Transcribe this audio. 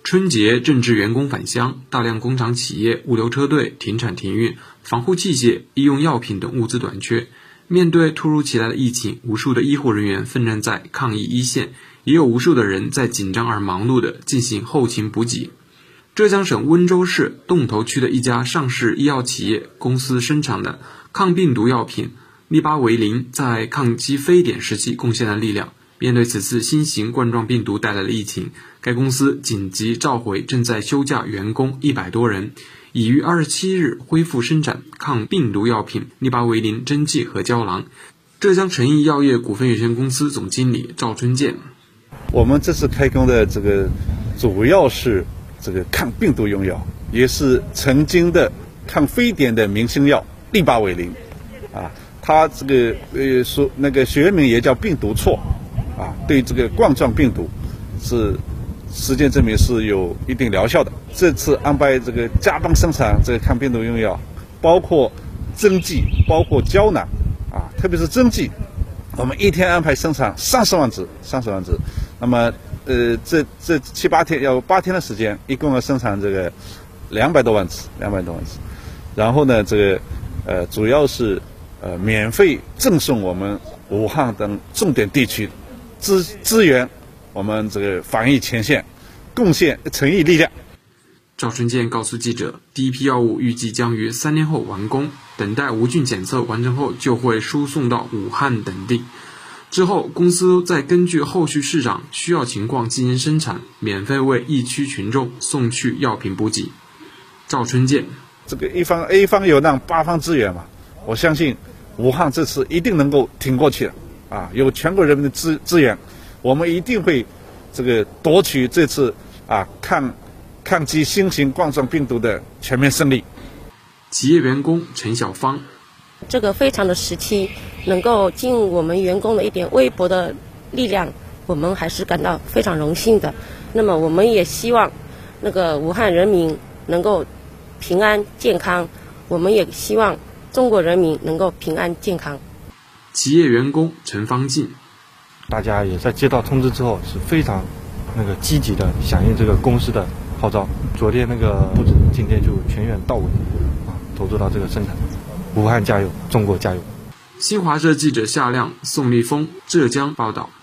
春节正值员工返乡，大量工厂企业、物流车队停产停运，防护器械、医用药品等物资短缺。面对突如其来的疫情，无数的医护人员奋战在抗疫一线，也有无数的人在紧张而忙碌地进行后勤补给。浙江省温州市洞头区的一家上市医药企业公司生产的抗病毒药品利巴韦林，在抗击非典时期贡献了力量。面对此次新型冠状病毒带来的疫情，该公司紧急召回正在休假员工100多人，已于27日恢复生产抗病毒药品利巴韦林针剂和胶囊。浙江诚毅药业股份有限公司总经理赵春建： 我们这次开工的这个主要是这个抗病毒用药，也是曾经的抗非典的明星药利巴韦林啊，它这个学名也叫病毒错啊，对这个冠状病毒是实践证明是有一定疗效的。这次安排这个加班生产这个抗病毒用药，包括针剂，包括胶囊啊，特别是针剂，我们一天安排生产30万支。那么这7、8天要8天的时间，一共要生产这个200多万支。然后呢，这个主要是免费赠送我们武汉等重点地区支援我们这个防疫前线，贡献诚意力量。 赵春建告诉记者，第一批药物预计将于3年后完工，等待无菌检测完成后就会输送到武汉等地。之后，公司再根据后续市场需要情况进行生产，免费为疫区群众送去药品补给。赵春建： 这个A 方有难8方支援嘛，我相信武汉这次一定能够挺过去的啊！有全国人民的支援，我们一定会这个夺取这次抗击新型冠状病毒的全面胜利。 企业员工陈小芳： 这个非常的时期，能够尽我们员工的一点微薄的力量，我们还是感到非常荣幸的。那么我们也希望那个武汉人民能够平安健康，我们也希望中国人民能够平安健康。 企业员工陈方进： 大家也在接到通知之后是非常积极的响应这个公司的号召，昨天布置，今天就全员到位投入到这个生产。武汉加油，中国加油！ 新华社记者夏亮、宋立峰浙江报道。